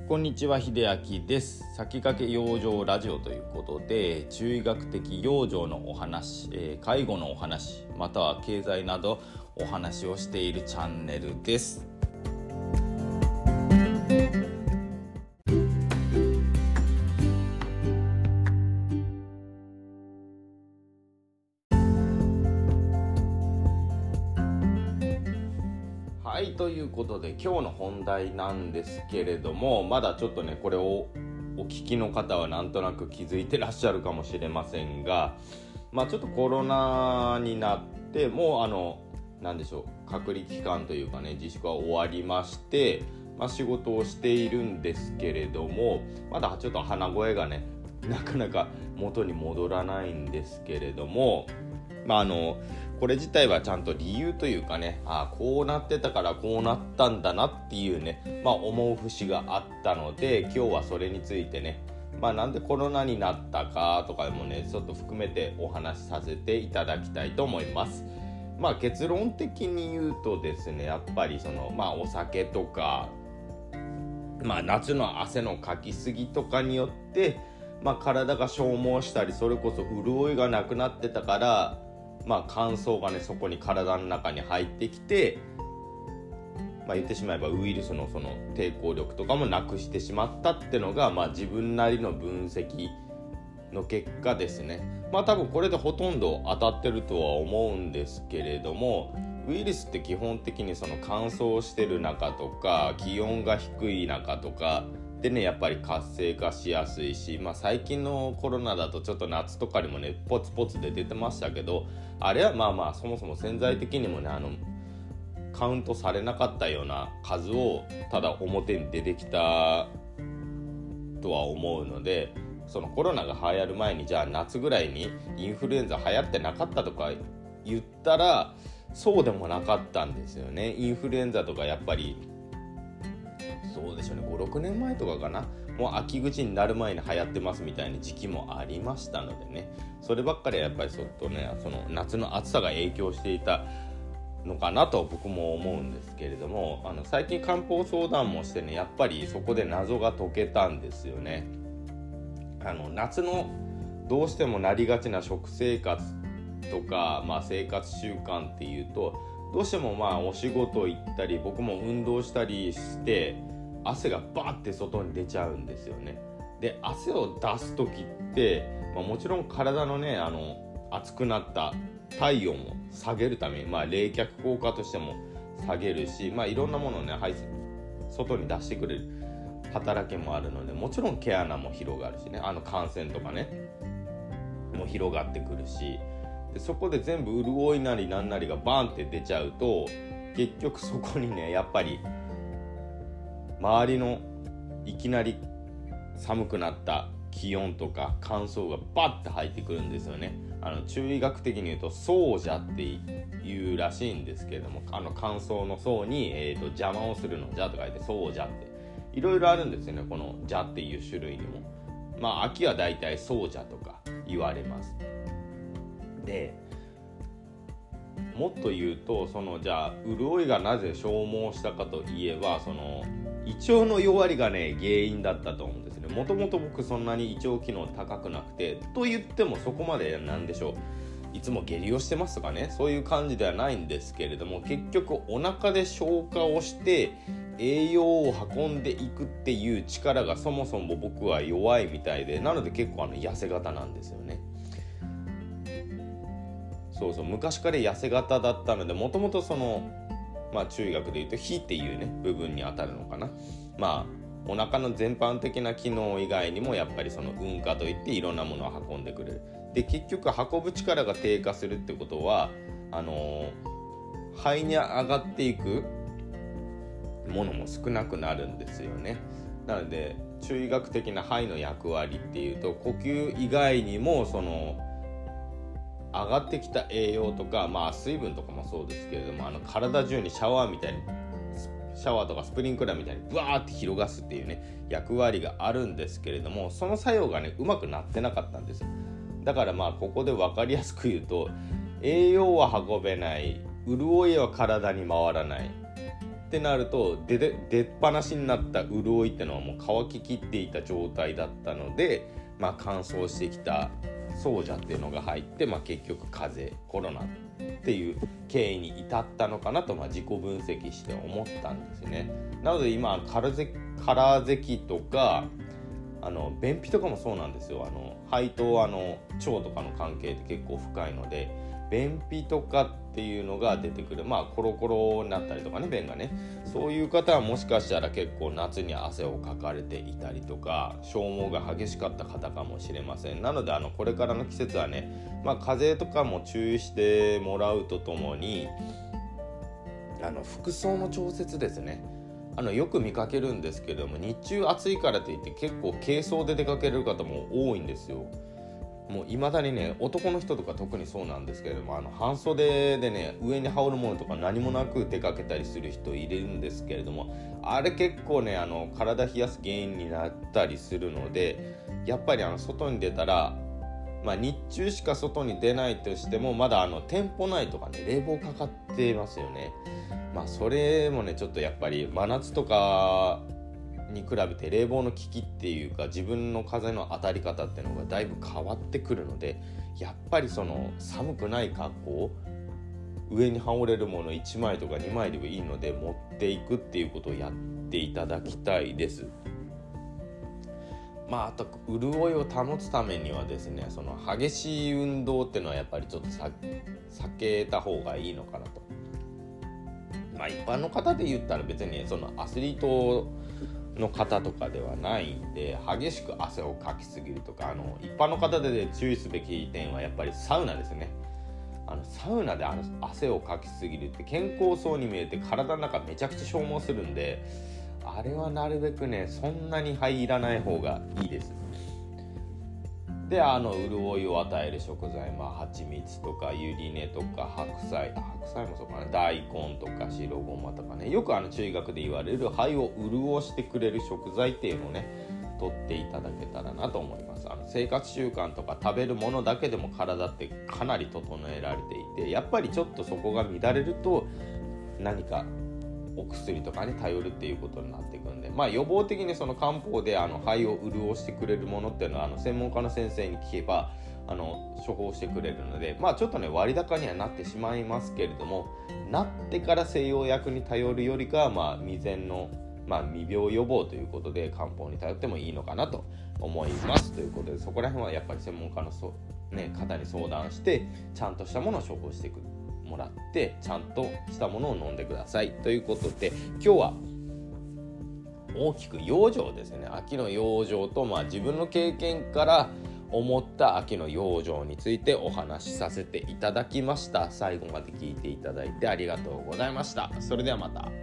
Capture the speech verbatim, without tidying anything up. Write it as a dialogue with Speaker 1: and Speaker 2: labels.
Speaker 1: こんにちは、秀明です。先駆け養生ラジオということで、中医学的養生のお話、えー、介護のお話、または経済などお話をしているチャンネルです。はい、ということで今日の本題なんですけれども、まだちょっとねこれをお聞きの方はなんとなく気づいてらっしゃるかもしれませんが、まあちょっとコロナになってもうあのなんでしょう隔離期間というかね自粛は終わりまして、まあ、仕事をしているんですけれども、まだちょっと鼻声がねなかなか元に戻らないんですけれども、まああのこれ自体はちゃんと理由というかね、あこうなってたからこうなったんだなっていうね、まあ思う節があったので、今日はそれについてね、まあなんでコロナになったかとかもねちょっと含めてお話しさせていただきたいと思います。まあ結論的に言うとですね、やっぱりそのまあお酒とか、まあ夏の汗のかきすぎとかによって、まあ体が消耗したり、それこそ潤いがなくなってたから。まあ、乾燥がねそこに体の中に入ってきて、まあ、言ってしまえばウイルスのその抵抗力とかもなくしてしまったってのが、まあ、自分なりの分析の結果ですね。まあ多分これでほとんど当たってるとは思うんですけれども、ウイルスって基本的にその乾燥してる中とか気温が低い中とかでねやっぱり活性化しやすいし、まあ、最近のコロナだとちょっと夏とかにもねポツポツで出てましたけど、あれはまあまあそもそも潜在的にもねあのカウントされなかったような数をただ表に出てきたとは思うので、そのコロナが流行る前にじゃあ夏ぐらいにインフルエンザ流行ってなかったとか言ったらそうでもなかったんですよね。インフルエンザとかやっぱりそうでしょうね、ごろくねんまえとかかな、もう秋口になる前に流行ってますみたいな時期もありましたのでね、そればっかりやっぱりちょっとねその夏の暑さが影響していたのかなと僕も思うんですけれども、あの最近漢方相談もしてねやっぱりそこで謎が解けたんですよね。あの夏のどうしてもなりがちな食生活とか、まあ、生活習慣っていうとどうしてもまあお仕事行ったり僕も運動したりして汗がバーって外に出ちゃうんですよね。で汗を出す時って、まあ、もちろん体のねあの熱くなった体温を下げるために、まあ、冷却効果としても下げるし、まあ、いろんなものをね、はい、外に出してくれる働きもあるので、もちろん毛穴も広がるしね、あの感染とかねもう広がってくるし、でそこで全部潤いなりなんなりがバーンって出ちゃうと結局そこにねやっぱり周りのいきなり寒くなった気温とか乾燥がバッて入ってくるんですよね。あの中医学的に言うと燥邪っていうらしいんですけれども、あの乾燥の燥に、えーと、邪魔をするの邪と書いて燥邪っていろいろあるんですよね。この邪っていう種類にもまあ秋はだいたい燥邪とか言われます。でもっと言うとそのじゃあ潤いがなぜ消耗したかといえば、その胃腸の弱りがね原因だったと思うんですね。もともと僕そんなに胃腸機能高くなくて、と言ってもそこまでなんでしょういつも下痢をしてますとかねそういう感じではないんですけれども、結局お腹で消化をして栄養を運んでいくっていう力がそもそも僕は弱いみたいで、なので結構あの痩せ型なんですよね。そうそう昔から痩せ型だったので、もともとそのまあ中医学でいうと脾っていうね部分に当たるのかな。まあお腹の全般的な機能以外にもやっぱりその運化といっていろんなものを運んでくれる。で結局運ぶ力が低下するってことはあのー、肺に上がっていくものも少なくなるんですよね。なので中医学的な肺の役割っていうと呼吸以外にもその上がってきた栄養とか、まあ水分とかもそうですけれども、あの体中にシャワーみたいにシャワーとかスプリンクラーみたいにブワーって広がすっていうね役割があるんですけれども、その作用がねうまくなってなかったんですよ。だからまあここで分かりやすく言うと、栄養は運べない、潤いは体に回らない、 ってなると出で出っ放しになった潤いってのはもう乾ききっていた状態だったので、まあ、乾燥してきたソージャっていうのが入って、まあ、結局風邪コロナっていう経緯に至ったのかなと、まあ、自己分析して思ったんですね。なので今カラゼカラゼキとかあの便秘とかもそうなんですよ。あの肺とあの腸とかの関係って結構深いので、便秘とかっていうのが出てくる、まあコロコロになったりとかね、便がね、そういう方はもしかしたら結構夏に汗をかかれていたりとか消耗が激しかった方かもしれません。なのであのこれからの季節はね、まあ風邪とかも注意してもらうとともに、あの服装の調節ですね。あのよく見かけるんですけれども、日中暑いからといって結構軽装で出かける方も多いんですよ。もう未だにね、男の人とか特にそうなんですけれども、あの半袖でね、上に羽織るものとか何もなく出かけたりする人いるんですけれども、あれ結構ね、あの体冷やす原因になったりするので、やっぱりあの外に出たら、まあ、日中しか外に出ないとしてもまだあの店舗内とかね冷房かかってますよね。まあそれもねちょっとやっぱり真夏とかに比べて冷房の効きっていうか自分の風の当たり方っていうのがだいぶ変わってくるので、やっぱりその寒くない格好、上に羽織れるものいちまいとかにまいでもいいので持っていくっていうことをやっていただきたいです。まああと潤いを保つためにはですね、その激しい運動っていうのはやっぱりちょっと避けた方がいいのかなと。まあ一般の方で言ったら別にそのアスリートの方とかではないんで、激しく汗をかきすぎるとか、あの一般の方で注意すべき点はやっぱりサウナですね。あのサウナであの汗をかきすぎるって健康そうに見えて体の中めちゃくちゃ消耗するんで、あれはなるべくねそんなに入らない方がいいです。で、あの潤いを与える食材、まあ蜂蜜とかゆり根とか白菜、白菜もそうかな、大根とか白ごまとかね、よくあの中医学で言われる肺を潤してくれる食材っていうのをね取っていただけたらなと思います。あの生活習慣とか食べるものだけでも体ってかなり整えられていて、やっぱりちょっとそこが乱れると何かお薬とかに頼るっていうことになっていくんで、まあ予防的にその漢方であの肺を潤してくれるものっていうのはあの専門家の先生に聞けばあの処方してくれるので、まあちょっとね割高にはなってしまいますけれども、なってから西洋薬に頼るよりかはまあ未然のまあ未病予防ということで漢方に頼ってもいいのかなと思いますということで、そこら辺はやっぱり専門家のそ、ね、方に相談してちゃんとしたものを処方していくもらってちゃんとしたものを飲んでくださいということで、今日は大きく養生ですね。秋の養生と、まあ、自分の経験から思った秋の養生についてお話しさせていただきました。最後まで聞いていただいてありがとうございました。それではまた。